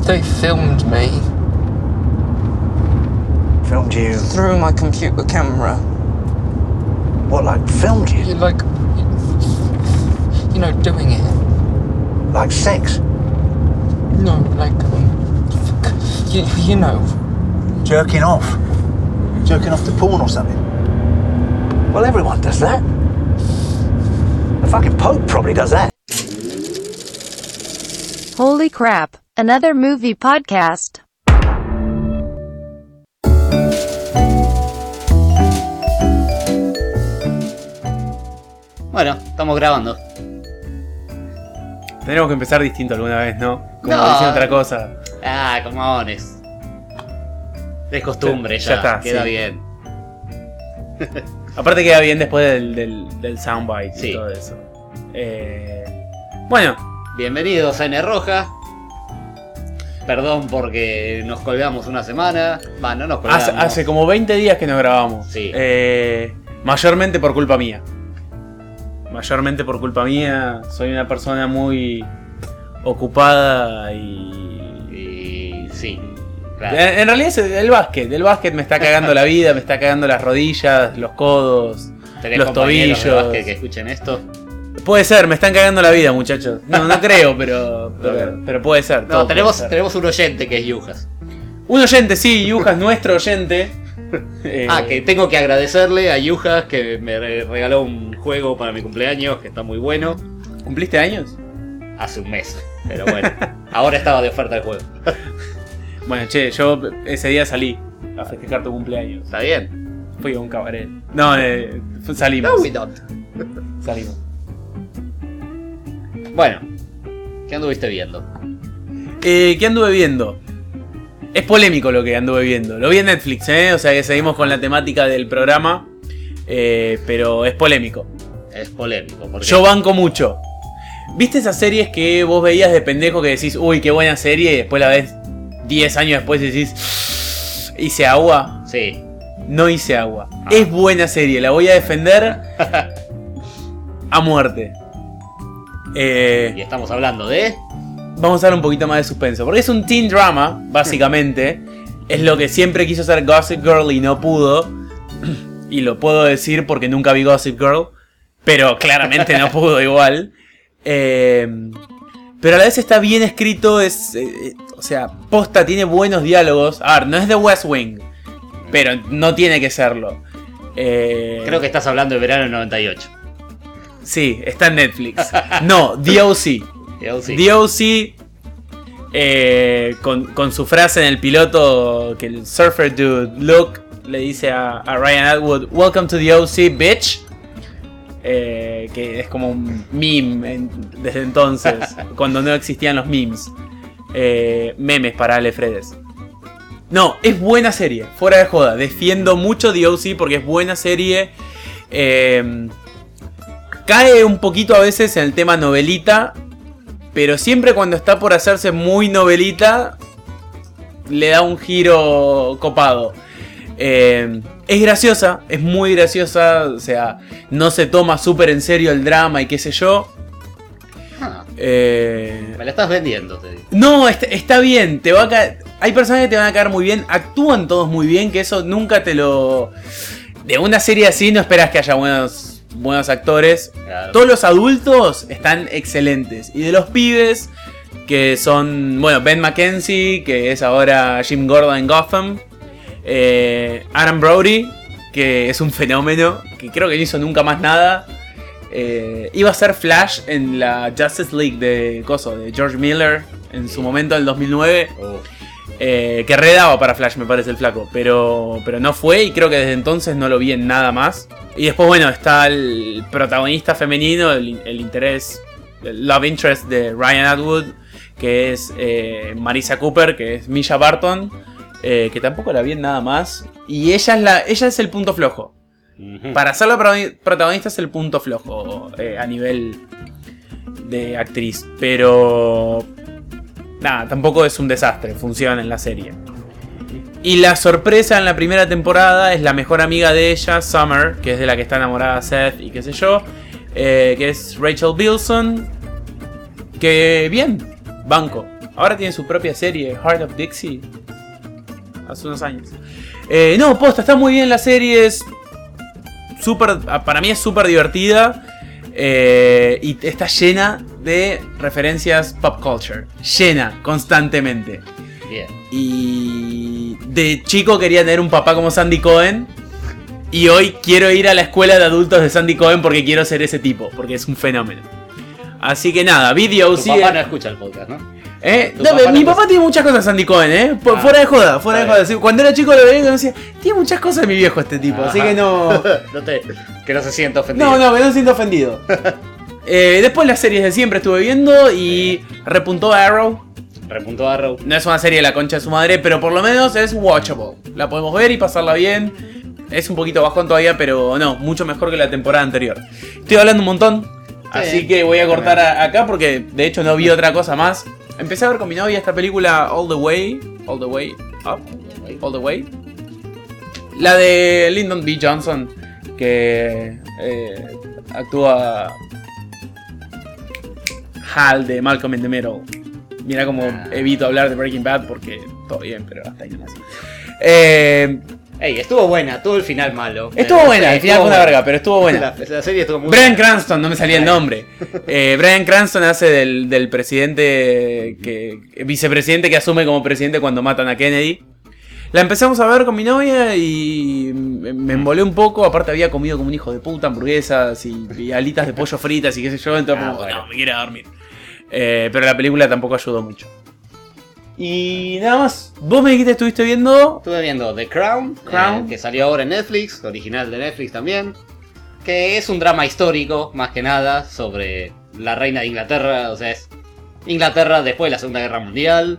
They filmed me. Filmed you? Through my computer camera. What, like filmed you? You're like, you know, doing it. Like sex? No, like, you know. Jerking off? Jerking off to porn or something? Well, everyone does that. The fucking Pope probably does that. Holy crap, another movie podcast. Bueno, estamos grabando. Tenemos que empezar distinto alguna vez, ¿no? Como No. diciendo otra cosa. Ah, comones. Es costumbre Ya ya, está, queda sí. bien. Aparte queda bien después del soundbite Sí. y todo eso. Bueno, Bienvenidos a N Roja. Perdón porque nos colgamos una semana. Va, no nos colgamos. hace como 20 días que no grabamos. Sí. Mayormente por culpa mía. Mayormente por culpa mía. Soy una persona muy ocupada y... Sí, claro. En realidad es el básquet. El básquet me está cagando la vida, me está cagando las rodillas, los codos, ¿Tenés los compañeros de tobillos. básquet que escuchen esto? Puede ser, me están cagando la vida, muchachos. No creo, pero puede ser. No, todo puede ser. tenemos un oyente que es Yujas. Un oyente, sí, Yuja es nuestro oyente. Que tengo que agradecerle a Yujas que me regaló un juego para mi cumpleaños que está muy bueno. ¿Cumpliste años? Hace un mes, pero bueno. Ahora estaba de oferta el juego. Bueno, che, yo ese día salí a festejar tu cumpleaños. ¿Está bien? Fui a un cabaret. No, salimos. No, we don't. Salimos. Bueno, ¿qué anduviste viendo? ¿Qué anduve viendo? Es polémico lo que anduve viendo. Lo vi en Netflix, o sea que seguimos con la temática del programa. Pero es polémico. Es polémico. Porque Yo banco mucho. ¿Viste esas series que vos veías de pendejo que decís, uy, qué buena serie, y después la ves 10 años después y decís, ¿hice agua? Sí. No hice agua. Es buena serie, la voy a defender a muerte. Y estamos hablando de... Vamos a dar un poquito más de suspenso, porque es un teen drama, básicamente. Es lo que siempre quiso hacer Gossip Girl y no pudo. Y lo puedo decir porque nunca vi Gossip Girl, pero claramente no pudo igual. Pero a la vez está bien escrito, o sea, posta, tiene buenos diálogos. A ver, no es de West Wing, pero no tiene que serlo. Creo que estás hablando de verano del 98. Sí, está en Netflix. No, The O.C. The O.C. Con su frase en el piloto que el surfer dude Luke le dice a Ryan Atwood, "Welcome to the O.C. bitch", que es como un meme desde entonces, cuando no existían los memes. Memes para Ale Fredes. No, es buena serie, fuera de joda. Defiendo mucho The O.C. porque es buena serie. Cae un poquito a veces en el tema novelita, pero siempre cuando está por hacerse muy novelita, le da un giro copado. Es graciosa, es muy graciosa, o sea, no se toma súper en serio el drama y qué sé yo. Me la estás vendiendo, te digo. No, está bien, hay personajes que te van a caer muy bien, actúan todos muy bien, que eso nunca te lo... De una serie así no esperas que haya buenos actores. Claro. Todos los adultos están excelentes. Y de los pibes, que son, bueno, Ben McKenzie, que es ahora Jim Gordon en Gotham. Adam Brody, que es un fenómeno, que creo que no hizo nunca más nada. Iba a ser Flash en la Justice League de George Miller en su momento, en el 2009. Que redaba para Flash, me parece, el flaco. Pero no fue, y creo que desde entonces no lo vi en nada más. Y después, bueno, está el protagonista femenino, el interés, el love interest de Ryan Atwood, que es Marissa Cooper, que es Misha Barton, que tampoco la vi en nada más. Y ella es el punto flojo. Para ser la protagonista es el punto flojo a nivel de actriz. Pero nada, tampoco es un desastre, funciona en la serie. Y la sorpresa en la primera temporada es la mejor amiga de ella, Summer, que es de la que está enamorada Seth y qué sé yo, que es Rachel Bilson. Que bien, banco. Ahora tiene su propia serie, Heart of Dixie. Hace unos años. No, posta, está muy bien la serie. Es súper, para mí es súper divertida. Y está llena de referencias pop culture. Llena, constantemente. Bien. Y de chico quería tener un papá como Sandy Cohen. Y hoy quiero ir a la escuela de adultos de Sandy Cohen porque quiero ser ese tipo. Porque es un fenómeno. Así que nada, Video Tu papá no escucha el podcast, ¿no? No, mi papá tiene muchas cosas Sandy Cohen, fuera de joda, fuera de joda. Cuando era chico lo veía y me decía, tiene muchas cosas de mi viejo este tipo, así que no... Que no se sienta ofendido. No, que no se sienta ofendido. Después las series de siempre estuve viendo y repuntó Arrow. Repuntó Arrow. No es una serie de la concha de su madre, pero por lo menos es watchable. La podemos ver y pasarla bien. Es un poquito bajón todavía, pero no, mucho mejor que la temporada anterior. Estoy hablando un montón, así que voy a cortar acá porque de hecho no vi otra cosa más. Empecé a ver con mi novia esta película All the Way Up, All the Way. La de Lyndon B. Johnson, que actúa Hal de Malcolm in the Middle. Mira como evito hablar de Breaking Bad porque todo bien, pero hasta ahí no así. Ey, estuvo buena, todo el final malo. Estuvo buena, el final fue una verga, pero estuvo buena. La serie estuvo muy Bryan buena. Cranston, no me salía el nombre. Bryan Cranston hace del presidente, vicepresidente que asume como presidente cuando matan a Kennedy. La empezamos a ver con mi novia y me embolé un poco. Aparte había comido como un hijo de puta hamburguesas y alitas de pollo fritas y qué sé yo. Entonces bueno. no, me quiero dormir. Pero la película tampoco ayudó mucho. Y nada más. Vos me dijiste que estuviste viendo... Estuve viendo The Crown, que salió ahora en Netflix, original de Netflix también. Que es un drama histórico, más que nada, sobre la reina de Inglaterra. O sea, es Inglaterra después de la Segunda Guerra Mundial.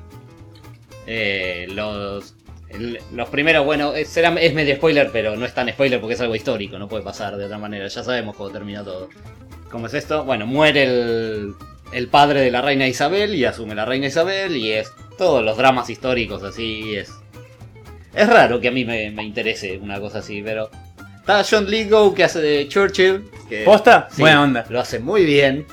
Los primeros, bueno, es medio spoiler, pero no es tan spoiler porque es algo histórico, no puede pasar de otra manera. Ya sabemos cómo termina todo. ¿Cómo es esto? Bueno, muere el padre de la reina Isabel y asume la reina Isabel y es todos los dramas históricos así. Es raro que a mí me interese una cosa así, pero está John Lithgow que hace de Churchill. Que, ¿Posta? sí, Buena onda. Lo hace muy bien.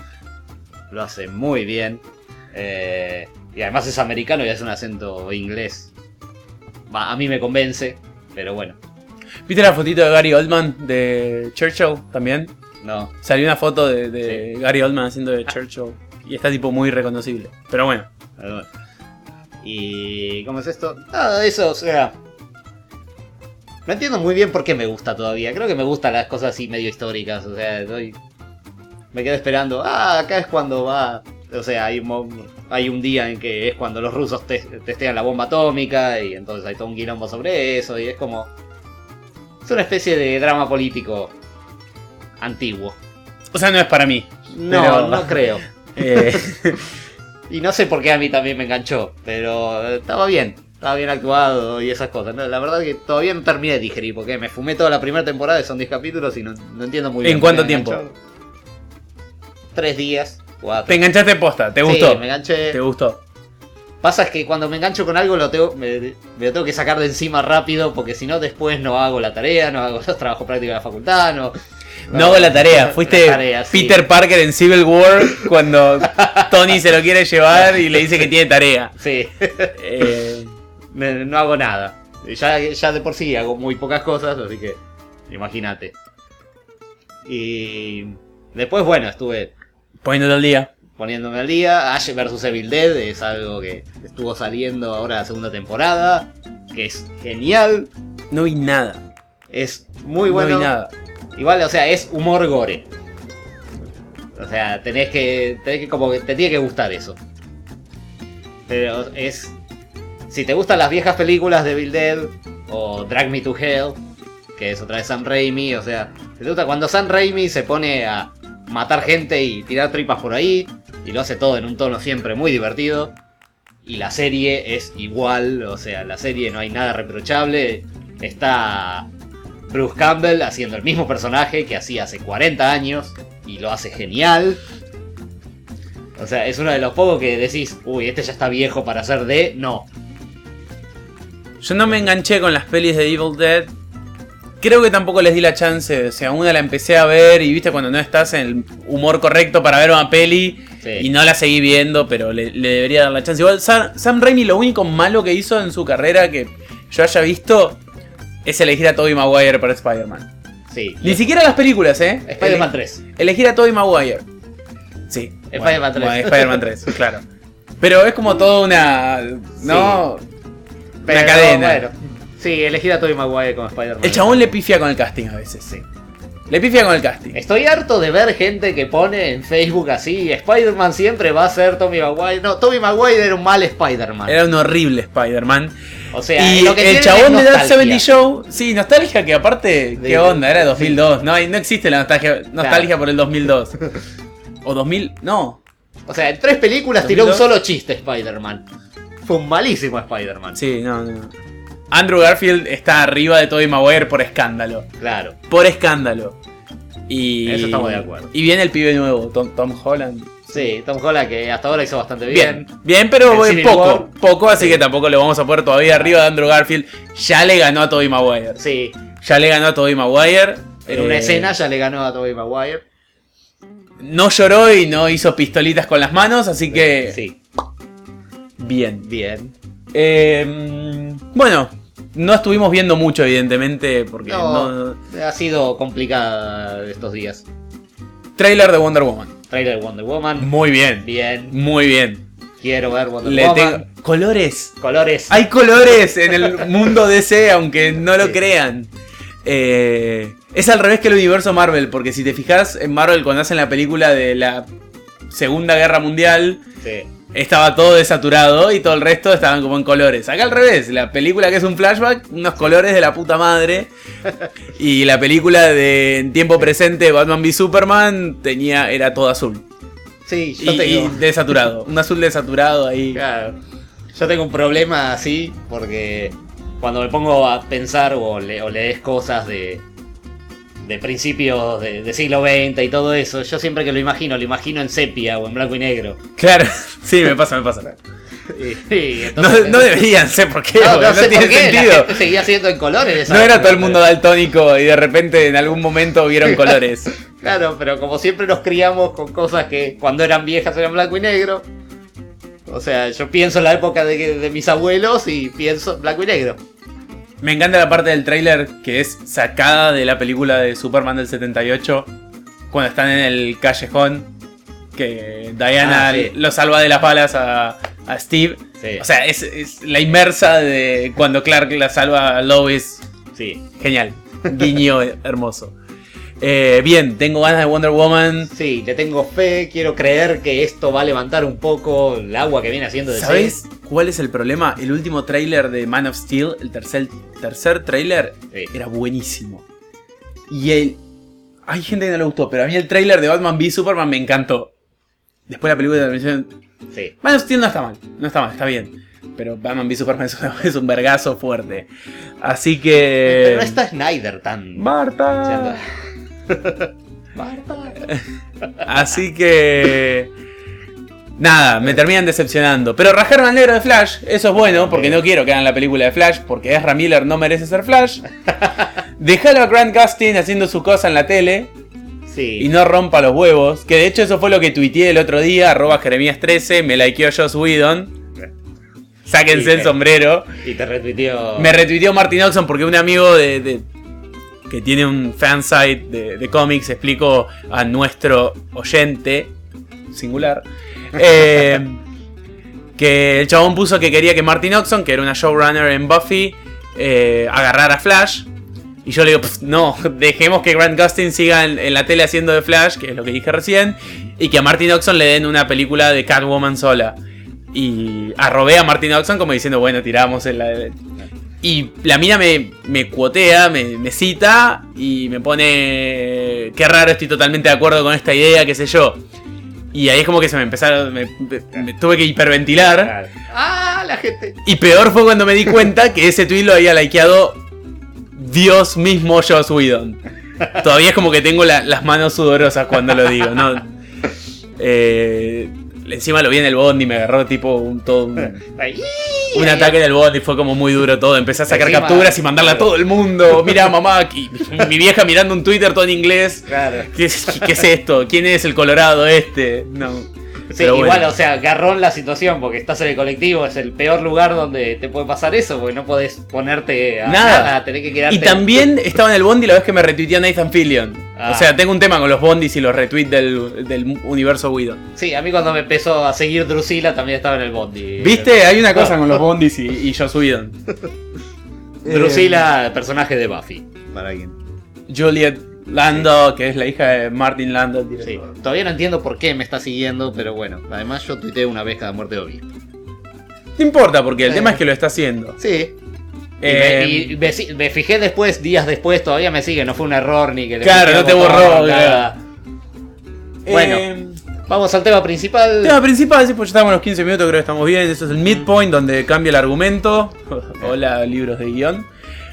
Y además es americano y hace un acento inglés. A mí me convence, pero bueno. ¿Viste la fotito de Gary Oldman de Churchill también? No. Salió una foto de Sí. Gary Oldman haciendo de Churchill y está tipo muy reconocible. Pero bueno. ¿Y cómo es esto? Nada de eso, o sea... No entiendo muy bien por qué me gusta todavía. Creo que me gustan las cosas así medio históricas. O sea, me quedo esperando. Acá es cuando va... O sea, hay un día en que es cuando los rusos testean la bomba atómica y entonces hay todo un quilombo sobre eso y es como... Es una especie de drama político antiguo. O sea, no es para mí. No, no creo. Y no sé por qué a mí también me enganchó, pero estaba bien actuado y esas cosas. No, la verdad que todavía no terminé de digerir porque me fumé toda la primera temporada y son 10 capítulos y no entiendo muy bien. ¿En cuánto por qué me tiempo? enganchó. 3 días, 4. Te enganchaste posta, ¿te gustó? Sí, me enganché. ¿Te gustó? Pasa es que cuando me engancho con algo me lo tengo que sacar de encima rápido porque si no después no hago la tarea, no hago los trabajos prácticos de la facultad, no hago la tarea. Fuiste la tarea, sí. Peter Parker en Civil War cuando Tony se lo quiere llevar y le dice que tiene tarea. Sí. No hago nada. Ya de por sí hago muy pocas cosas, así que imagínate. Y después, bueno, estuve Poniéndote al día. poniéndome al día. Ash vs Evil Dead es algo que estuvo saliendo ahora la segunda temporada, que es genial. No vi nada. Es muy bueno. No vi nada. Igual, o sea, es humor gore. O sea, tenés que como que te tiene que gustar eso. Pero es... Si te gustan las viejas películas de Evil Dead o Drag Me to Hell, que es otra de Sam Raimi, o sea, si te gusta cuando Sam Raimi se pone a matar gente y tirar tripas por ahí, y lo hace todo en un tono siempre muy divertido, y la serie es igual, o sea, la serie no hay nada reprochable, está Bruce Campbell haciendo el mismo personaje que hacía hace 40 años, y lo hace genial. O sea, es uno de los pocos que decís, uy, este ya está viejo para ser de... No. Yo no me enganché con las pelis de Evil Dead. Creo que tampoco les di la chance. O sea, una la empecé a ver y viste cuando no estás en el humor correcto para ver una peli Sí. Y no la seguí viendo, pero le debería dar la chance. Igual Sam Raimi, lo único malo que hizo en su carrera que yo haya visto es elegir a Tobey Maguire para Spider-Man. Sí. Ni siquiera las películas, Spider-Man 3. Elegir a Tobey Maguire. Sí. Spider-Man 3. Bueno, Spider-Man 3, claro. Pero es como toda una... ¿no? Pero, una cadena. Bueno, sí, elegir a Tobey Maguire como Spider-Man. El chabón le pifia con el casting a veces. Sí. Le pifia con el casting. Estoy harto de ver gente que pone en Facebook así, Spider-Man siempre va a ser Tobey Maguire. No, Tobey Maguire era un mal Spider-Man. Era un horrible Spider-Man. O sea, y lo que el tienen chabón es de That nostalgia. 70 Show, sí, nostalgia que aparte, ¿qué onda? Era 2002, no existe la nostalgia por el 2002. O 2000, no. O sea, en 3 películas tiró un 2002. solo chiste Spider-Man. Fue un malísimo Spider-Man. Sí, no. Andrew Garfield está arriba de Tobey Maguire por escándalo. Claro. Por escándalo. Y Eso estamos de acuerdo. Y viene el pibe nuevo, Tom Holland. Sí, Tom Holland que hasta ahora hizo bastante bien. Bien, pero En Civil poco, War. así que tampoco le vamos a poner todavía arriba de Andrew Garfield. Ya le ganó a Tobey Maguire. Sí, Ya le ganó a Tobey Maguire. en una escena ya le ganó a Tobey Maguire. No lloró y no hizo pistolitas con las manos, así que... Sí, Bien. bien. Bueno, no estuvimos viendo mucho, evidentemente, porque No, ha sido complicada estos días. Trailer de Wonder Woman. Trailer de Wonder Woman. Muy bien. Bien. Muy bien. Quiero ver Wonder Le Woman. tengo... Colores. Colores. Hay colores en el mundo DC, aunque no lo Sí. crean. Es al revés que el universo Marvel, porque si te fijas en Marvel cuando hacen la película de la Segunda Guerra Mundial, Sí. estaba todo desaturado y todo el resto estaban como en colores. Acá al revés, la película que es un flashback, unos colores de la puta madre. Y la película de en tiempo presente, Batman v Superman, era todo azul. Sí, yo Y tengo. desaturado, un azul desaturado ahí. Claro. Yo tengo un problema así porque cuando me pongo a pensar o lees cosas de principios de siglo XX y todo eso, yo siempre que lo imagino en sepia o en blanco y negro. Claro, sí, me pasa. Y No, entonces- no deberían ser, ¿por qué? No, Porque no sé tiene por qué, la sentido. gente seguía siendo en colores. esa No era todo el época. mundo daltónico y de repente en algún momento vieron colores. Claro, pero como siempre nos criamos con cosas que cuando eran viejas eran blanco y negro. O sea, yo pienso en la época de mis abuelos y pienso en blanco y negro. Me encanta la parte del tráiler que es sacada de la película de Superman del 78, cuando están en el callejón, que Diana Sí. lo salva de las balas a Steve. Sí. O sea, es la inmersa de cuando Clark la salva a Lois. Sí. Genial. Guiño hermoso. Bien, tengo ganas de Wonder Woman. Sí, le tengo fe, quiero creer que esto va a levantar un poco el agua que viene haciendo de ¿Sabes cuál es el problema? El último tráiler de Man of Steel, el tercer tráiler, Sí. era buenísimo. Y hay gente que no le gustó, pero a mí el tráiler de Batman v Superman me encantó. Después la película de televisión... Sí. Man of Steel no está mal, está bien. Pero Batman v Superman es un vergazo fuerte. Así que... Pero no está Snyder tan... ¡Marta! Marta. Así que... Nada, me terminan decepcionando. Pero rajaron al negro de Flash, eso es bueno, porque no quiero que hagan la película de Flash, porque Ezra Miller no merece ser Flash. Dejalo a Grant Gustin haciendo su cosa en la tele Sí. y no rompa los huevos. Que de hecho eso fue lo que tuiteé el otro día, @Jeremías13, me likeó Joss Whedon. Sáquense Sí, el sombrero. Y te retuiteó. Me retuiteó Martin Oxon porque un amigo que tiene un fansite de cómics explicó a nuestro oyente singular que el chabón puso que quería que Martin Oxon, que era una showrunner en Buffy, agarrara a Flash. Y yo le digo, no, dejemos que Grant Gustin siga en la tele haciendo de Flash, que es lo que dije recién, y que a Martin Oxon le den una película de Catwoman sola. Y arrobé a Martin Oxon como diciendo, bueno, tiramos en la... Y la mina me cuotea, me cita y me pone... Qué raro, estoy totalmente de acuerdo con esta idea, qué sé yo. Y ahí es como que se me empezaron... Me tuve que hiperventilar. Claro. ¡Ah, la gente! Y peor fue cuando me di cuenta que ese tweet lo había likeado Dios mismo Joss Whedon. Todavía es como que tengo las manos sudorosas cuando lo digo, ¿no? Encima lo vi en el Bondi y me agarró tipo un ataque del Bondi, fue como muy duro todo. Empecé a sacar Encima, capturas y mandarla a todo el mundo. Mira, mamá, mi vieja mirando un Twitter todo en inglés. Claro. ¿Qué es esto? ¿Quién es el Colorado este? No. Sí, Pero igual, bueno. o sea, garrón la situación, porque estás en el colectivo, es el peor lugar donde te puede pasar eso, porque no podés ponerte a Nada. tenés que quedarte. Y también estaba en el bondi la vez que me retuiteó Nathan Fillion. Ah. O sea, tengo un tema con los bondis y los retweets del universo Whedon. Sí, a mí cuando me empezó a seguir Drusilla también estaba en el bondi. ¿Viste? Hay una cosa con los bondis y Joss Whedon. Drusilla, personaje de Buffy. Para alguien. Juliet Lando, que es la hija de Martin Lando, Sí, director. todavía no entiendo por qué me está siguiendo, pero bueno. Además, yo tuiteé una vez cada muerte de obispo. No importa, porque el tema es que lo está haciendo. Sí. Me fijé después, días después, todavía me sigue, no fue un error ni que le Claro, piqué no el te botón, borró, nada. Bueno, vamos al tema principal. tema principal, sí, pues ya estamos en los 15 minutos, creo que estamos bien. Eso es el midpoint donde cambia el argumento. Hola, libros de guión.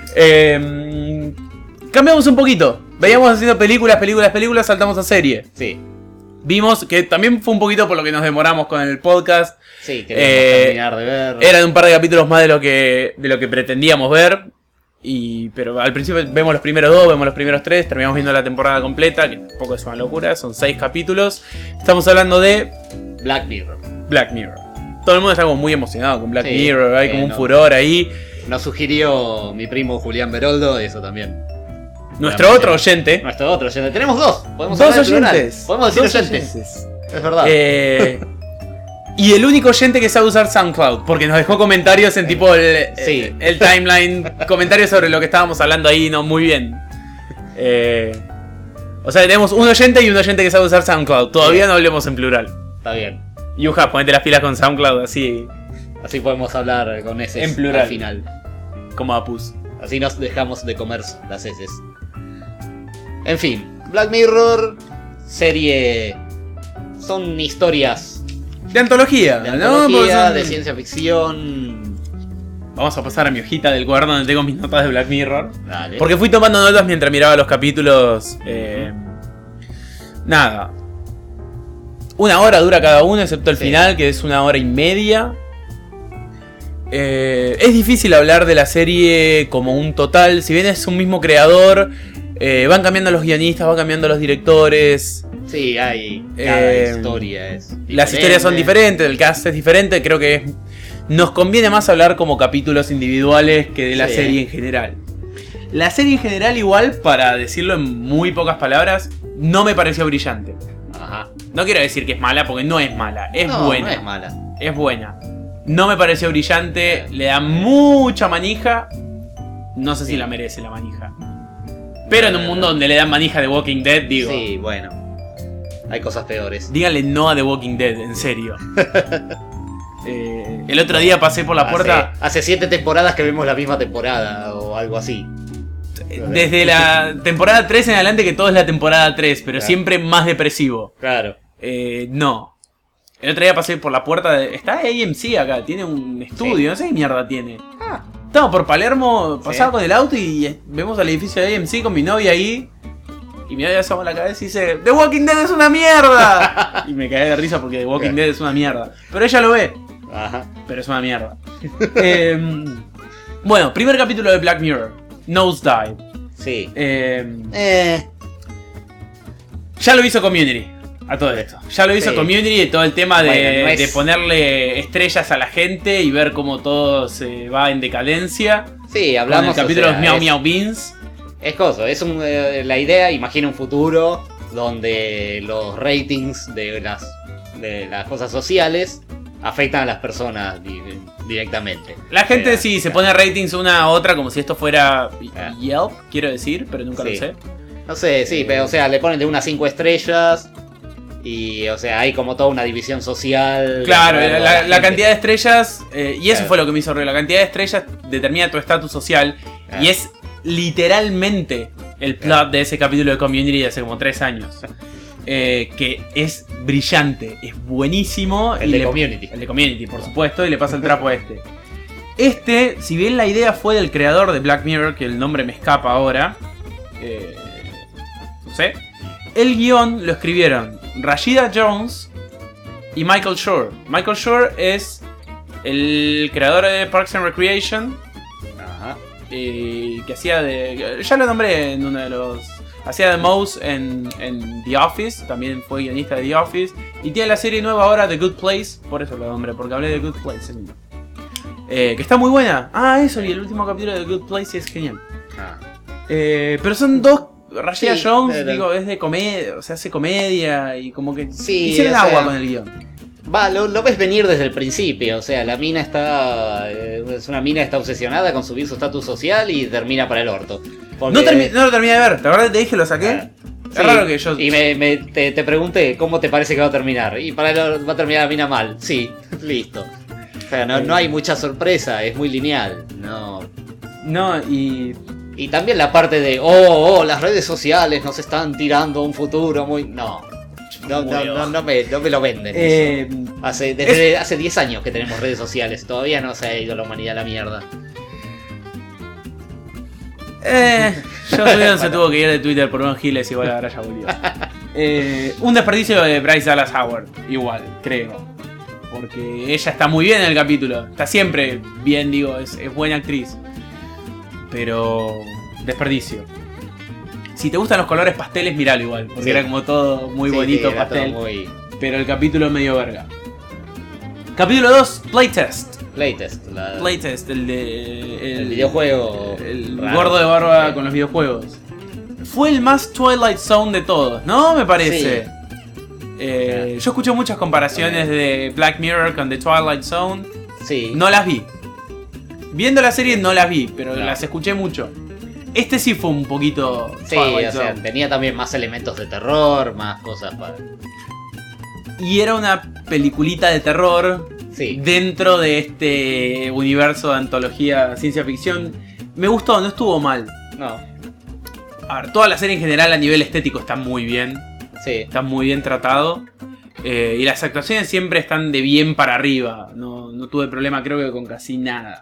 Cambiamos un poquito. Veíamos haciendo películas, saltamos a serie. Sí, Vimos que también fue un poquito por lo que nos demoramos con el podcast. sí, queríamos terminar de ver. Eran un par de capítulos más de lo que pretendíamos ver. Pero al principio vemos los primeros 2, vemos los primeros 3, terminamos viendo la temporada completa, que tampoco es una locura, son 6 capítulos. Estamos hablando de Black Mirror. Black Mirror. Todo el mundo está como muy emocionado con Black Sí, Mirror, hay como un no. furor ahí. Nos sugirió mi primo Julián Beroldo, eso también. Nuestro otro oyente. Nuestro otro oyente. Tenemos dos. Podemos Dos hablar en plural. oyentes. Podemos decir Dos oyentes. Es verdad. Y el único oyente que sabe usar SoundCloud, porque nos dejó comentarios en tipo Sí. el timeline, comentarios sobre lo que estábamos hablando ahí, no muy bien. O sea, tenemos un oyente y un oyente que sabe usar SoundCloud. Todavía no hablemos en plural. Está bien. Yuja, ponete las pilas con SoundCloud, así Así podemos hablar con ese En plural. al final. como Apus. Así nos dejamos de comer las heces. En fin, Black Mirror, serie... Son historias De antología, de ¿no? antología, Porque son- de ciencia ficción... Vamos a pasar a mi hojita del cuaderno donde tengo mis notas de Black Mirror. Dale. Porque fui tomando notas mientras miraba los capítulos. Nada. 1 hora dura cada uno, excepto el Sí. final, que es 1 hora y media. Es difícil hablar de la serie como un total. Si bien es un mismo creador, van cambiando los guionistas, van cambiando los directores. Sí, hay... Cada Eh, historia es Las historias son diferentes, el cast es diferente. Creo que nos conviene más hablar como capítulos individuales que de la Sí. serie en general. La serie en general, igual, para decirlo en muy pocas palabras, no me pareció brillante. Ajá. No quiero decir que es mala, porque no es mala, es No, buena. no es mala. Es buena. No me pareció brillante, le da mucha manija. No sé si la merece la manija. Pero en un mundo donde le dan manija de Walking Dead, digo, Sí, bueno. Hay cosas peores. díganle no a The Walking Dead, en serio. El otro día pasé por la puerta. Hace 7 temporadas que vemos la misma temporada o algo así. Desde la temporada 3 en adelante, que todo es la temporada 3, pero Claro. siempre más depresivo. Claro. No. El otro día pasé por la puerta de... Está AMC acá, tiene un estudio, Sí. no sé qué mierda tiene. Estamos por Palermo, pasaba Sí. con el auto y vemos al edificio de AMC con mi novia ahí. Y mi novia asoma la cabeza y dice, The Walking Dead es una mierda. Y me cagué de risa porque The Walking Dead es una mierda. Pero ella lo ve, Ajá. pero es una mierda. Bueno, primer capítulo de Black Mirror, Nosedive. Sí. Ya lo hizo Community, a todo esto. Ya lo hizo Sí. Community, todo el tema de, Bueno, no es- de ponerle estrellas a la gente y ver cómo todo se va en decadencia. Sí, Con hablamos. el capítulo o sea, Meow es- Meow Beans. Es cosa, es la idea, imagina un futuro donde los ratings de las cosas sociales afectan a las personas directamente. La gente O sea, sí se pone ratings una a otra como si esto fuera Ah. Yelp, quiero decir, pero nunca Sí. lo sé. No sé, sí, pero o sea, le ponen de unas 5 estrellas y o sea, hay como toda una división social. Claro, de acuerdo a la gente. cantidad de estrellas, y eso Claro. fue lo que me hizo reír, la cantidad de estrellas determina tu estatus social, Claro. y es literalmente el plot de ese capítulo de Community de hace como 3 años. Que es brillante, es buenísimo. El de Community. El de Community, por supuesto, y le pasa el trapo a este. Este, si bien la idea fue del creador de Black Mirror, que el nombre me escapa ahora, no sé, el guión lo escribieron Rashida Jones y Michael Schur. Michael Schur es el creador de Parks and Recreation, Ajá. que hacía de... Ya lo nombré en uno de los... Hacía de Mouse en The Office, también fue guionista de The Office. Y tiene la serie nueva ahora, The Good Place, por eso lo nombré, porque hablé de Good Place. Que está muy buena. Ah, eso, y el último capítulo de The Good Place es genial. Pero son dos... Rashida Jones, digo, es de comedia, o sea, hace comedia y como que hicieron agua con el guión. Lo ves venir desde el principio, o sea, la mina es una mina que está obsesionada con subir su estatus social y termina para el orto. Porque... No lo terminé de ver, ¿te acuerdas que te dije lo saqué? Es raro que yo... Y te pregunté, ¿cómo te parece que va a terminar? Y va a terminar la mina mal, sí, listo. O sea, no hay mucha sorpresa, es muy lineal, Y también la parte de, las redes sociales nos están tirando a un futuro muy... No me lo venden eso. Hace 10 años que tenemos redes sociales, todavía no se ha ido la humanidad a la mierda. Joss se tuvo que ir de Twitter por unos giles, igual ahora ya volvió. Un desperdicio de Bryce Dallas Howard, igual, creo. Porque ella está muy bien en el capítulo, está siempre bien, digo, es buena actriz. Pero desperdicio. Si te gustan los colores pasteles, miralo igual, porque era como todo muy bonito, pastel. Pero el capítulo es medio verga. Capítulo 2, Playtest. Playtest, el videojuego. El gordo de barba con los videojuegos. Fue el más Twilight Zone de todos, ¿no? Me parece. Yo escuché muchas comparaciones de Black Mirror con The Twilight Zone. Sí. No las vi. Viendo la serie no las vi, pero las escuché mucho. Este sí fue un poquito... Sí, o sea, tenía también más elementos de terror, más cosas para... Y era una peliculita de terror dentro de este universo de antología ciencia ficción. Me gustó, no estuvo mal. No. A ver, toda la serie en general a nivel estético está muy bien. Sí. Está muy bien tratado. Y las actuaciones siempre están de bien para arriba. No tuve problema creo que con casi nada.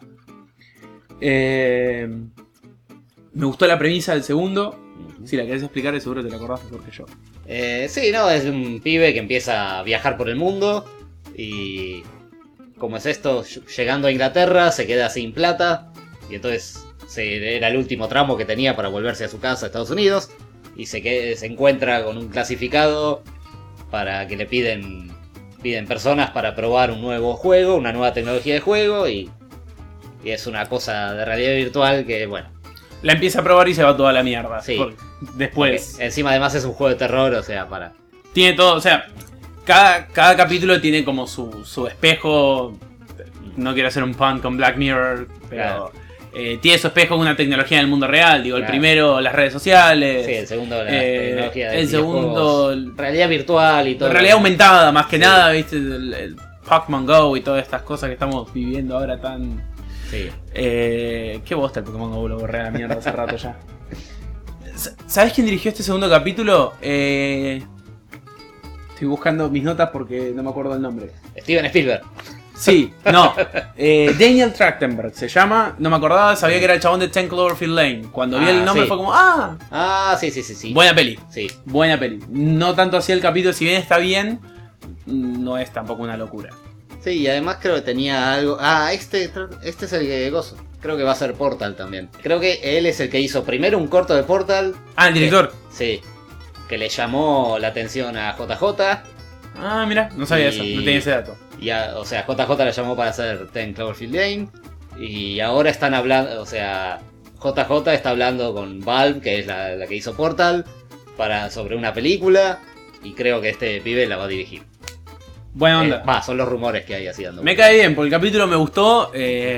Me gustó la premisa del segundo. Si la querés explicar, seguro te la acordás mejor que yo. Es un pibe que empieza a viajar por el mundo. Y como es esto, llegando a Inglaterra, se queda sin plata. Y entonces era el último tramo que tenía para volverse a su casa a Estados Unidos. Y se encuentra con un clasificado para que le piden personas para probar un nuevo juego, una nueva tecnología de juego. Y es una cosa de realidad virtual que, bueno... La empieza a probar y se va toda la mierda. Sí. Después. Porque encima además es un juego de terror, o sea, para... Tiene todo, o sea, cada capítulo tiene como su espejo. No quiero hacer un pun con Black Mirror, pero... tiene su espejo en una tecnología del mundo real. Digo, el primero las redes sociales. Sí, el segundo la tecnología de el segundo realidad virtual y todo. Realidad aumentada, más que nada, viste, el Pokémon Go y todas estas cosas que estamos viviendo ahora tan... Sí. Qué bosta el Pokémon Go, lo borré a la mierda hace rato ya. ¿Sabés quién dirigió este segundo capítulo? Estoy buscando mis notas porque no me acuerdo el nombre. Steven Spielberg. Sí, no. Daniel Trachtenberg se llama. No me acordaba, sabía que era el chabón de 10 Cloverfield Lane. Cuando vi el nombre fue como sí. Buena peli. Sí. Buena peli. No tanto así el capítulo, si bien está bien, no es tampoco una locura. Sí, y además creo que tenía algo... este es el que gozo. Creo que va a ser Portal también. Creo que él es el que hizo primero un corto de Portal. El director. Sí. Que le llamó la atención a JJ. Mira, no sabía eso, no tenía ese dato. O sea, JJ la llamó para hacer 10 Cloverfield Lane. Y ahora están hablando... O sea, JJ está hablando con Valve, que es la que hizo Portal, sobre una película. Y creo que este pibe la va a dirigir. Buena onda. Son los rumores que hay así dando. Me cae bien, porque el capítulo me gustó.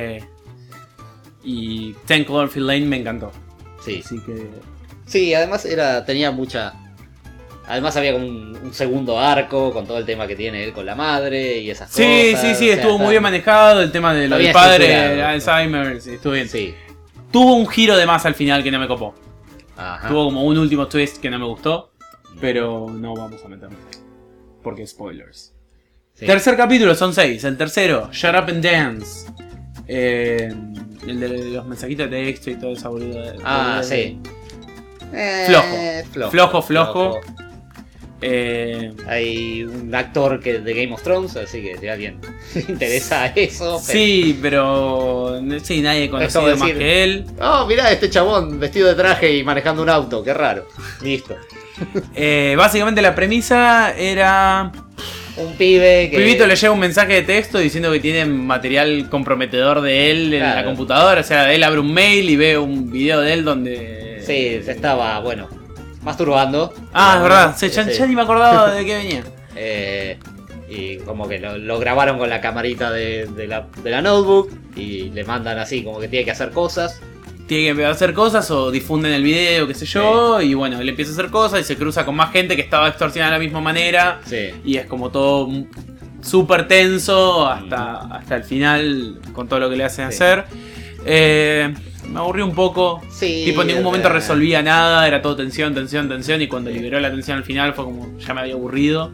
Y 10 Cloverfield Lane me encantó. Sí. Así que... Sí, además tenía mucha... Además había como un segundo arco con todo el tema que tiene él con la madre y esas cosas. Sí, estuvo muy bien manejado. El tema de lo del padre, Alzheimer, sí, estuvo bien. Sí. Tuvo un giro de más al final que no me copó. Ajá. Tuvo como un último twist que no me gustó. Pero no vamos a meternos. Porque spoilers. Sí. Tercer capítulo, son 6. El tercero, Shut Up and Dance. El de los mensajitos de texto y toda esa boluda. Sí. Flojo. Hay un actor de Game of Thrones, así que si a alguien le interesa eso. Sí, pero sí, nadie conocido como más decir, que él. Oh, mirá este chabón vestido de traje y manejando un auto, qué raro. Listo. Básicamente la premisa era... Un pibe que... Pibito le llega un mensaje de texto diciendo que tiene material comprometedor de él en la computadora. O sea, él abre un mail y ve un video de él donde... Sí, se estaba, bueno, masturbando. Ah, es verdad, ya ni me acordaba de qué venía. Y como que lo grabaron con la camarita de la notebook y le mandan así, como que tiene que hacer cosas. Tiene que hacer cosas o difunden el video, qué sé yo, y bueno, él empieza a hacer cosas y se cruza con más gente que estaba extorsionada de la misma manera. Sí. Y es como todo súper tenso hasta el final con todo lo que le hacen hacer. Me aburrí un poco. Sí, tipo, en ningún momento resolvía nada, era todo tensión, tensión, tensión. Y cuando liberó la tensión al final fue como, ya me había aburrido.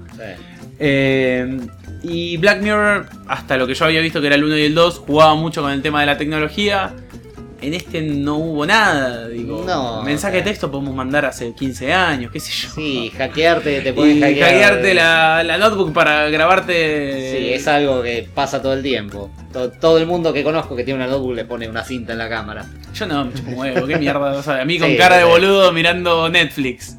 Y Black Mirror, hasta lo que yo había visto que era el 1 y el 2, jugaba mucho con el tema de la tecnología. En este no hubo nada, digo. No, mensaje de texto podemos mandar hace 15 años, qué sé yo. Sí, hackearte, te pueden y hackear. hackearte la notebook para grabarte. Sí, es algo que pasa todo el tiempo. Todo el mundo que conozco que tiene una notebook le pone una cinta en la cámara. Yo no, me chupo un huevo, qué mierda. O sea, a mí con Sí, cara de boludo mirando Netflix.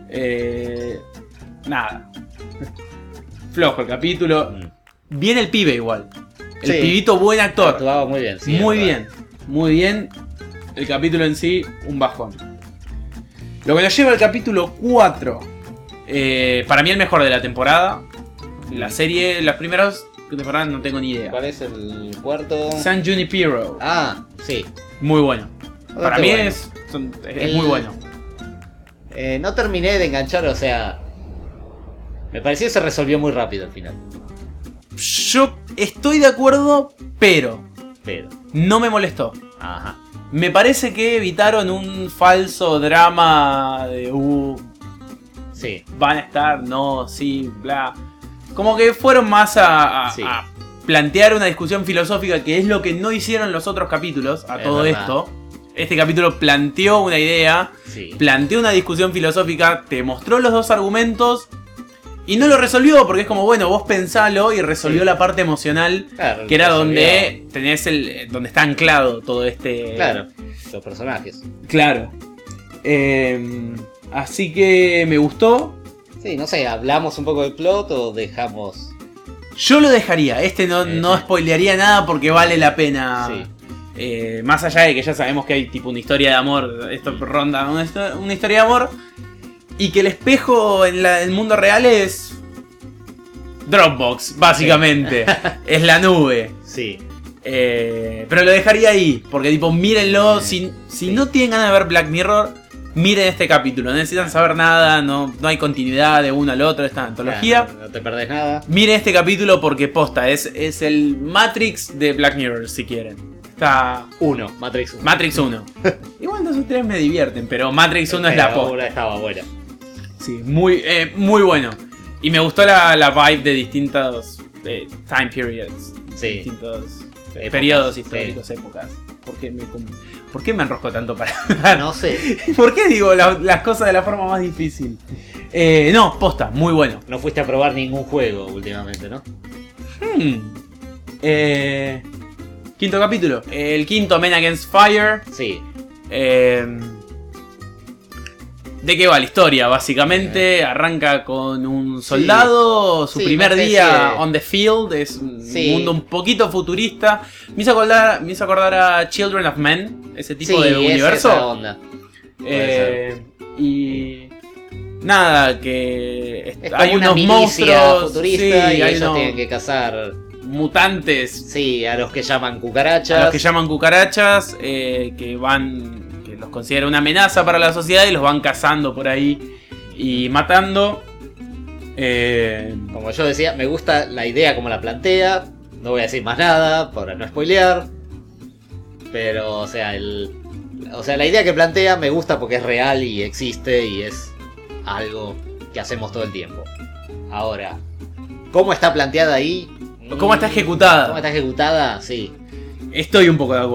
Nada. Flojo el capítulo. Bien el pibe igual. El Sí. pibito buen actor. Actuaba muy bien, sí. Muy bien. Muy bien. El capítulo en sí, un bajón. Lo que nos lleva al capítulo 4. Para mí el mejor de la temporada. La serie, las primeras temporadas no tengo ni idea. ¿Cuál es el cuarto? San Junipero. Ah, sí. Muy bueno. Para mí bueno. es muy bueno. No terminé de enganchar, o sea... Me pareció que se resolvió muy rápido al final. Yo estoy de acuerdo, pero no me molestó. Ajá. Me parece que evitaron un falso drama de Sí. van a estar, no, sí, bla. Como que fueron más a plantear una discusión filosófica, que es lo que no hicieron los otros capítulos a todo verdad. esto. Este capítulo planteó una idea, planteó una discusión filosófica, te mostró los dos argumentos y no lo resolvió, porque es como, bueno, vos pensalo, y resolvió la parte emocional, Claro, que era resolvió. donde tenés donde está anclado todo este... Claro, los personajes. Claro. Así que me gustó. Sí, no sé, ¿hablamos un poco del plot o dejamos...? Yo lo dejaría. No spoilearía nada porque vale la pena. Sí. Más allá de que ya sabemos que hay tipo una historia de amor. Esto ronda una historia de amor. Y que el espejo en el mundo real es Dropbox, básicamente. Es la nube. Sí. Pero lo dejaría ahí. Porque tipo, mírenlo. Si no tienen ganas de ver Black Mirror, miren este capítulo. No necesitan saber nada. No hay continuidad de uno al otro. Esta antología. No te perdés nada. Miren este capítulo porque posta. Es el Matrix de Black Mirror, si quieren. Está... Matrix 1. Matrix 1. Igual 2 y 3 me divierten, pero Matrix 1 es la posta. Una estaba buena. Sí, muy bueno. Y me gustó la vibe de distintos time periods. Sí. Distintos Épocas, periodos históricos, épocas. ¿Por qué me enrosco tanto para...? No sé. ¿Por qué digo las cosas de la forma más difícil? No, posta, muy bueno. No fuiste a probar ningún juego últimamente, ¿no? Quinto capítulo. El quinto, Men Against Fire. Sí. ¿De qué va la historia? Básicamente arranca con un soldado, su primer una día especie on the field, es un mundo un poquito futurista. Me hizo acordar a Children of Men, ese tipo de universo. Esa onda. Y nada, que Es hay como una unos milicia monstruos futurista, sí, y hay ellos unos tienen que cazar mutantes. Sí, a los que llaman cucarachas. A los que llaman cucarachas, que los considera una amenaza para la sociedad y los van cazando por ahí y matando. Como yo decía, me gusta la idea como la plantea. No voy a decir más nada para no spoilear. Pero, o sea, la idea que plantea me gusta porque es real y existe y es algo que hacemos todo el tiempo. Ahora, ¿cómo está planteada ahí? ¿Cómo está ejecutada? ¿Cómo está ejecutada? Sí. Estoy un poco de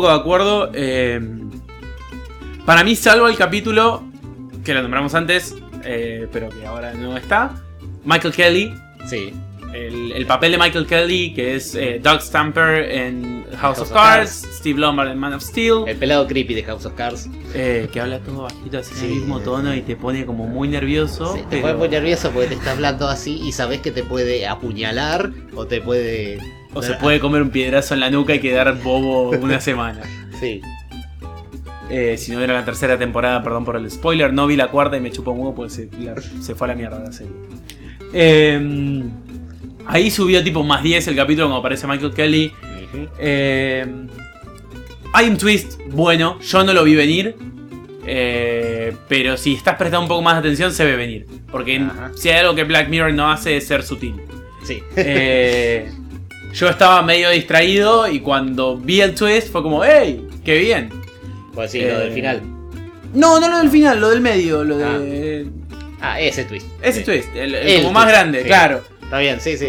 acuerdo. Para mí, salvo el capítulo que lo nombramos antes, pero que ahora no está. Michael Kelly. Sí. El papel de Michael Kelly, que es Doug Stamper en House of Cards, Steve Lombard en Man of Steel. El pelado creepy de House of Cards. Que habla todo bajito, así en el mismo tono y te pone como muy nervioso. Sí, te pone muy nervioso porque te está hablando así y sabes que te puede apuñalar o te puede... O se puede comer un piedrazo en la nuca y quedar bobo una semana. Sí. Si no era la tercera temporada, perdón por el spoiler, no vi la cuarta y me chupó un huevo porque se fue a la mierda la serie. Ahí subió tipo más 10 el capítulo como aparece Michael Kelly. Hay un twist bueno, yo no lo vi venir. Pero si estás prestando un poco más de atención se ve venir. Porque si hay algo que Black Mirror no hace es ser sutil. Sí. Yo estaba medio distraído y cuando vi el twist fue como ¡hey! ¡Qué bien! Pues sí, lo del final. No lo del final, lo del medio, lo de... ese twist. Ese sí. twist, el como twist, más grande, sí. claro. Está bien, sí.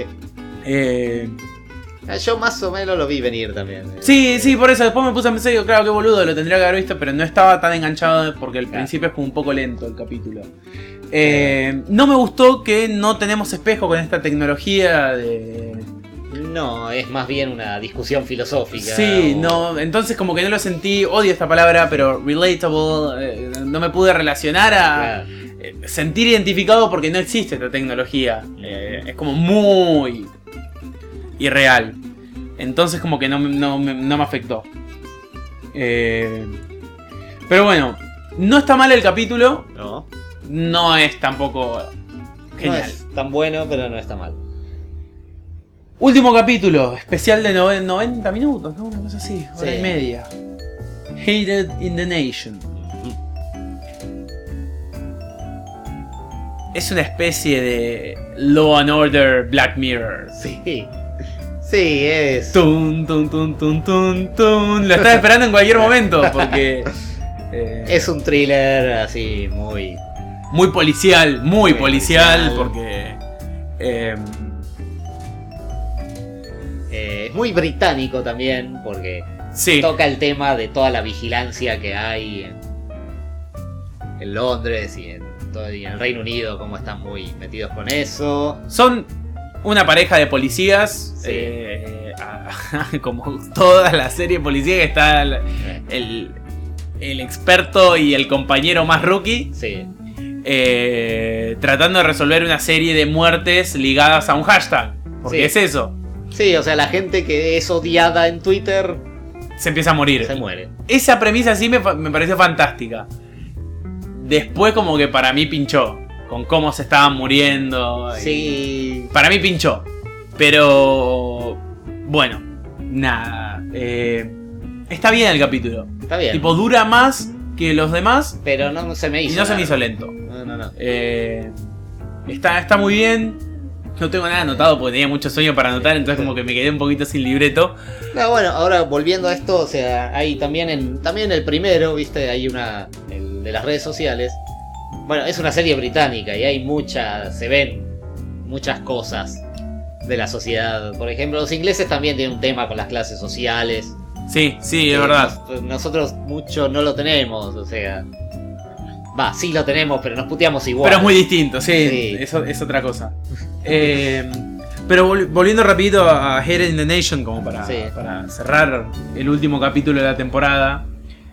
Yo más o menos lo vi venir también. Sí, por eso después me puse a pensar, claro, qué boludo, lo tendría que haber visto, pero no estaba tan enganchado porque al principio es como un poco lento el capítulo. No me gustó que no tenemos espejo con esta tecnología de... No, es más bien una discusión filosófica. Sí, no, entonces como que no lo sentí, odio esta palabra, pero relatable, no me pude relacionar a sentir identificado porque no existe esta tecnología. Es como muy irreal. Entonces como que no me afectó. Pero bueno, no está mal el capítulo. No es tampoco genial. No es tan bueno, pero no está mal. Último capítulo, especial de 90 minutos, ¿no? Una cosa así, hora y media. Hated in the Nation. Es una especie de Law and Order Black Mirror. Sí. Sí, es. Tun, tun, tun, tun, tun, tun. Lo estaba esperando en cualquier momento porque... es un thriller así muy... Muy policial, muy policial porque... es muy británico también porque sí. Toca el tema de toda la vigilancia que hay en Londres y en el Reino Unido, cómo están muy metidos con eso. Son una pareja de policías, sí. Como toda la serie policía que está el experto y el compañero más rookie. Sí. Tratando de resolver una serie de muertes ligadas a un hashtag. Porque sí. es eso. Sí, o sea, la gente que es odiada en Twitter se empieza a morir. Se muere. Esa premisa sí me pareció fantástica. Después como que para mí pinchó. Con cómo se estaban muriendo. Sí. Para mí pinchó. Pero... Bueno. Nada. Está bien el capítulo. Está bien. Tipo, dura más que los demás. Pero no se me hizo. Y no se me hizo lento. No. Está muy bien. No tengo nada anotado porque tenía mucho sueño para anotar, entonces como que me quedé un poquito sin libreto. No, bueno, ahora volviendo a esto, o sea, hay también en el primero, viste, hay el de las redes sociales. Bueno, es una serie británica y hay se ven muchas cosas de la sociedad. Por ejemplo, los ingleses también tienen un tema con las clases sociales. Sí, es verdad. Nosotros mucho no lo tenemos, o sea... sí lo tenemos, pero nos puteamos igual. Pero es muy distinto, sí. Eso es otra cosa. Pero volviendo rapidito a Hated in the Nation, como para cerrar el último capítulo de la temporada.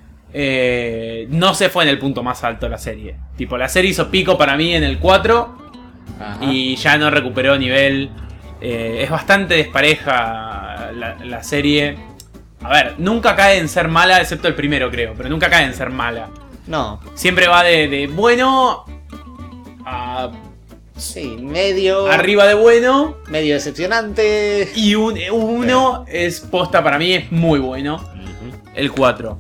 No se fue en el punto más alto de la serie. Tipo, la serie hizo pico para mí en el 4. Ajá. Y ya no recuperó nivel. Es bastante despareja la serie. A ver, nunca cae en ser mala, excepto el primero creo. Pero nunca cae en ser mala. No. Siempre va de bueno a... Sí, medio... Arriba de bueno. Medio decepcionante. Y uno es posta para mí, es muy bueno. El 4.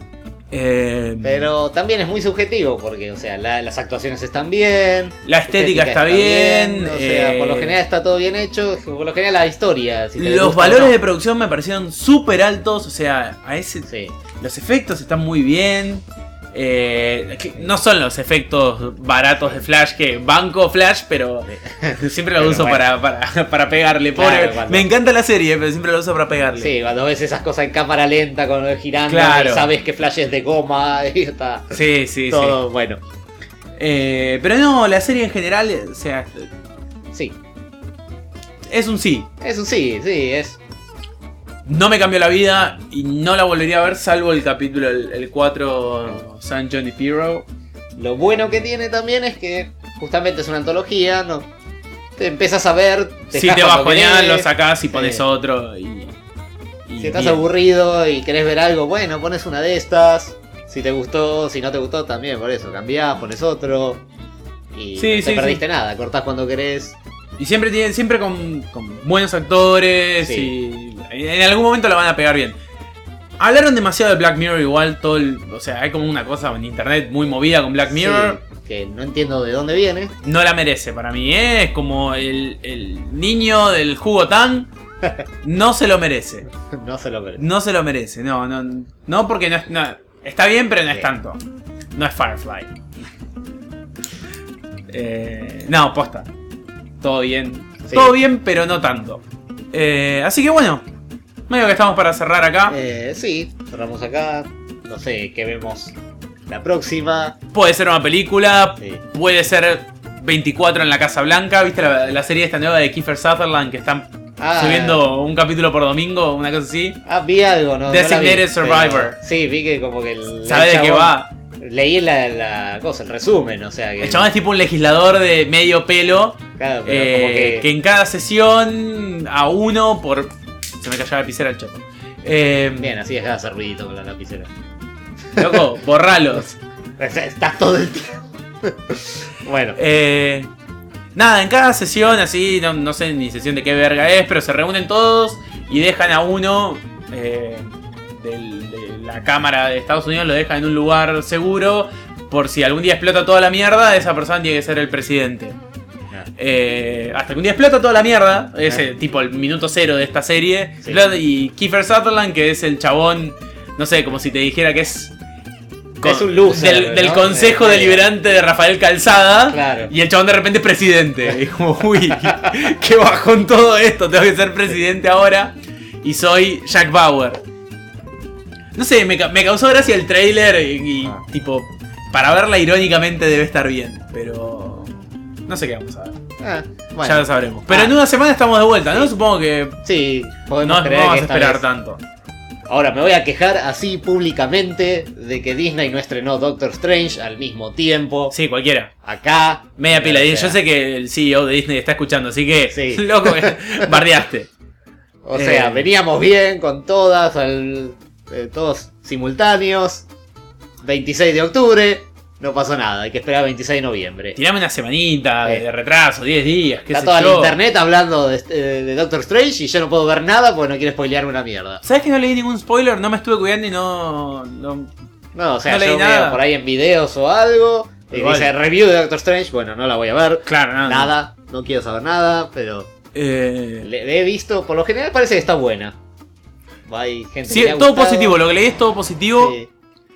Pero también es muy subjetivo porque, o sea, las actuaciones están bien. La estética está bien. O sea, por lo general está todo bien hecho. Por lo general la historia. Si los valores de producción me parecieron súper altos. O sea, los efectos están muy bien. No son los efectos baratos de Flash que banco Flash, pero siempre lo uso para pegarle. Pobre, me encanta la serie, pero siempre lo uso para pegarle. Sí, cuando ves esas cosas en cámara lenta con girando, claro. Y sabes que Flash es de goma y está sí, todo bueno. Pero no, la serie en general, o sea, Sí, es un sí. eso sí, es. No me cambió la vida y no la volvería a ver salvo el capítulo, el 4, San Junipero. Lo bueno que tiene también es que justamente es una antología, no te empiezas a ver, Si te bajoneás, querés, lo sacás y pones sí. otro. Y Si estás bien. aburrido y querés ver algo, bueno, pones una de estas. Si te gustó, si no te gustó, también por eso, cambiás, pones otro. Y Sí, no te sí, perdiste nada, cortás cuando querés. Y siempre con buenos actores Sí. y en algún momento la van a pegar bien. Hablaron demasiado de Black Mirror igual, o sea, hay como una cosa en internet muy movida con Black Mirror. Sí, que no entiendo de dónde viene. No la merece para mí, ¿eh? Es como el niño del jugo Tang. No se lo merece. No se lo merece. No se lo merece, no porque está bien, pero no es Sí. tanto. No es Firefly. No, posta. Todo bien. Sí. Todo bien, pero no tanto. Así que bueno, medio que estamos para cerrar acá. Sí, cerramos acá. No sé qué vemos la próxima. Puede ser una película, Sí. puede ser 24 en la Casa Blanca. ¿Viste la serie esta nueva de Kiefer Sutherland que están subiendo un capítulo por domingo, una cosa así? Vi algo, ¿no? Designated no la vi, Survivor. pero sí, vi que como que ¿Sabe de qué chabón- va? Leí la cosa, el resumen, o sea que. El chabón es tipo un legislador de medio pelo. Claro, pero como Que en cada sesión a uno por... Se me cayó la lapicera el choto. Bien, así dejaba hacer ruidito con la lapicera. Loco, borralos. Estás todo el tiempo. Bueno, Nada, en cada sesión así, no sé ni sesión de qué verga es, pero se reúnen todos y dejan a uno de la Cámara de Estados Unidos, lo dejan en un lugar seguro por si algún día explota toda la mierda, esa persona tiene que ser el presidente. Hasta que un día explota toda la mierda, ese tipo el minuto cero de esta serie. Sí. Y Kiefer Sutherland, que es el chabón, no sé, como si te dijera que es un loser, del ¿no? Consejo Deliberante de Rafael Calzada. Claro. Y el chabón de repente es presidente. Y como, uy, qué bajón todo esto, tengo que ser presidente ahora. Y soy Jack Bauer. No sé, me causó gracia el trailer y tipo, para verla irónicamente debe estar bien, pero no sé qué vamos a ver. bueno. Ya lo sabremos. Pero en una semana estamos de vuelta, ¿no? Supongo que Sí, no podemos creer vamos que a esta esperar vez- tanto. Ahora me voy a quejar así públicamente de que Disney no estrenó Doctor Strange al mismo tiempo. Sí, cualquiera. Acá. Media pila. O Y sea, yo sé que el CEO de Disney está escuchando, así que, Sí. loco, bardeaste. O sea, veníamos bien con todas, todos simultáneos. 26 de octubre, no pasó nada, hay que esperar 26 de noviembre. Tirame una semanita de retraso, 10 días, qué Está sé toda yo. la internet hablando de Doctor Strange y yo no puedo ver nada porque no quiero spoilearme una mierda. ¿Sabes que no leí ningún spoiler? No me estuve cuidando y no No, o sea, No leí yo nada. veo por ahí en videos o algo. Y Igual. dice review de Doctor Strange, bueno, no la voy a ver. Claro, Nada, no quiero saber nada, pero le he visto, por lo general parece que está buena. Hay gente Sí, que le ha todo gustado. positivo, lo que leí es todo positivo. Sí.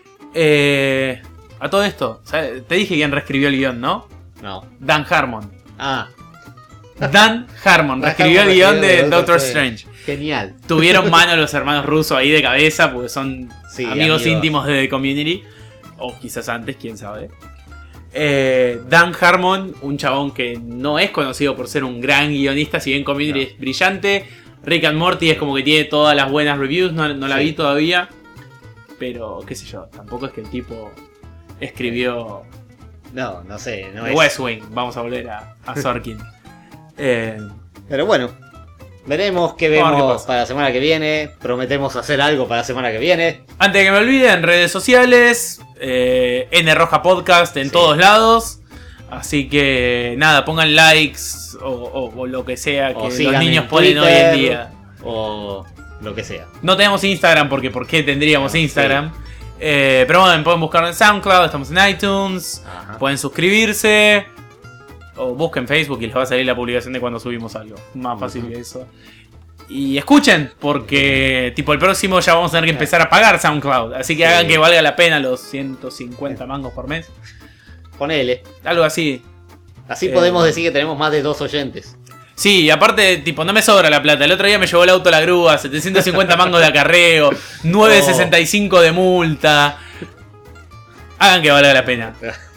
A todo esto, ¿sabes? Te dije quién reescribió el guión, ¿no? No. Dan Harmon. Ah, Dan Harmon reescribió el guión de Doctor Strange. Genial. Tuvieron mano los hermanos rusos ahí de cabeza porque son Sí, amigos íntimos de The Community. O quizás antes, quién sabe. Dan Harmon, un chabón que no es conocido por ser un gran guionista, si bien Community es brillante. Rick and Morty es como que tiene todas las buenas reviews, no la Sí. vi todavía. Pero qué sé yo, tampoco es que el tipo escribió No sé, no The es. West Wing. Vamos a volver a Sorkin. Pero bueno, veremos qué Vamos a ver qué vemos pasa. para la semana que viene. Prometemos hacer algo para la semana que viene. Antes de que me olvide, en redes sociales, N Roja Podcast en Sí. todos lados. Así que nada, pongan likes o lo que sea O que los síganme niños en ponen hoy Twitter. en día. O lo que sea. No tenemos Instagram porque ¿por qué tendríamos Sí. Instagram? Pero bueno, pueden buscarlo en SoundCloud, estamos en iTunes, Ajá. pueden suscribirse o busquen Facebook y les va a salir la publicación de cuando subimos algo. Más fácil que eso. Y escuchen, porque tipo el próximo ya vamos a tener que empezar a pagar SoundCloud. Así que Sí. hagan que valga la pena los 150 mangos por mes. Ponele. Algo así. Así podemos decir que tenemos más de 2 oyentes. Sí, y aparte, tipo, no me sobra la plata. El otro día me llevó el auto a la grúa, 750 mangos de acarreo, 9.65 de multa. Hagan que valga la pena.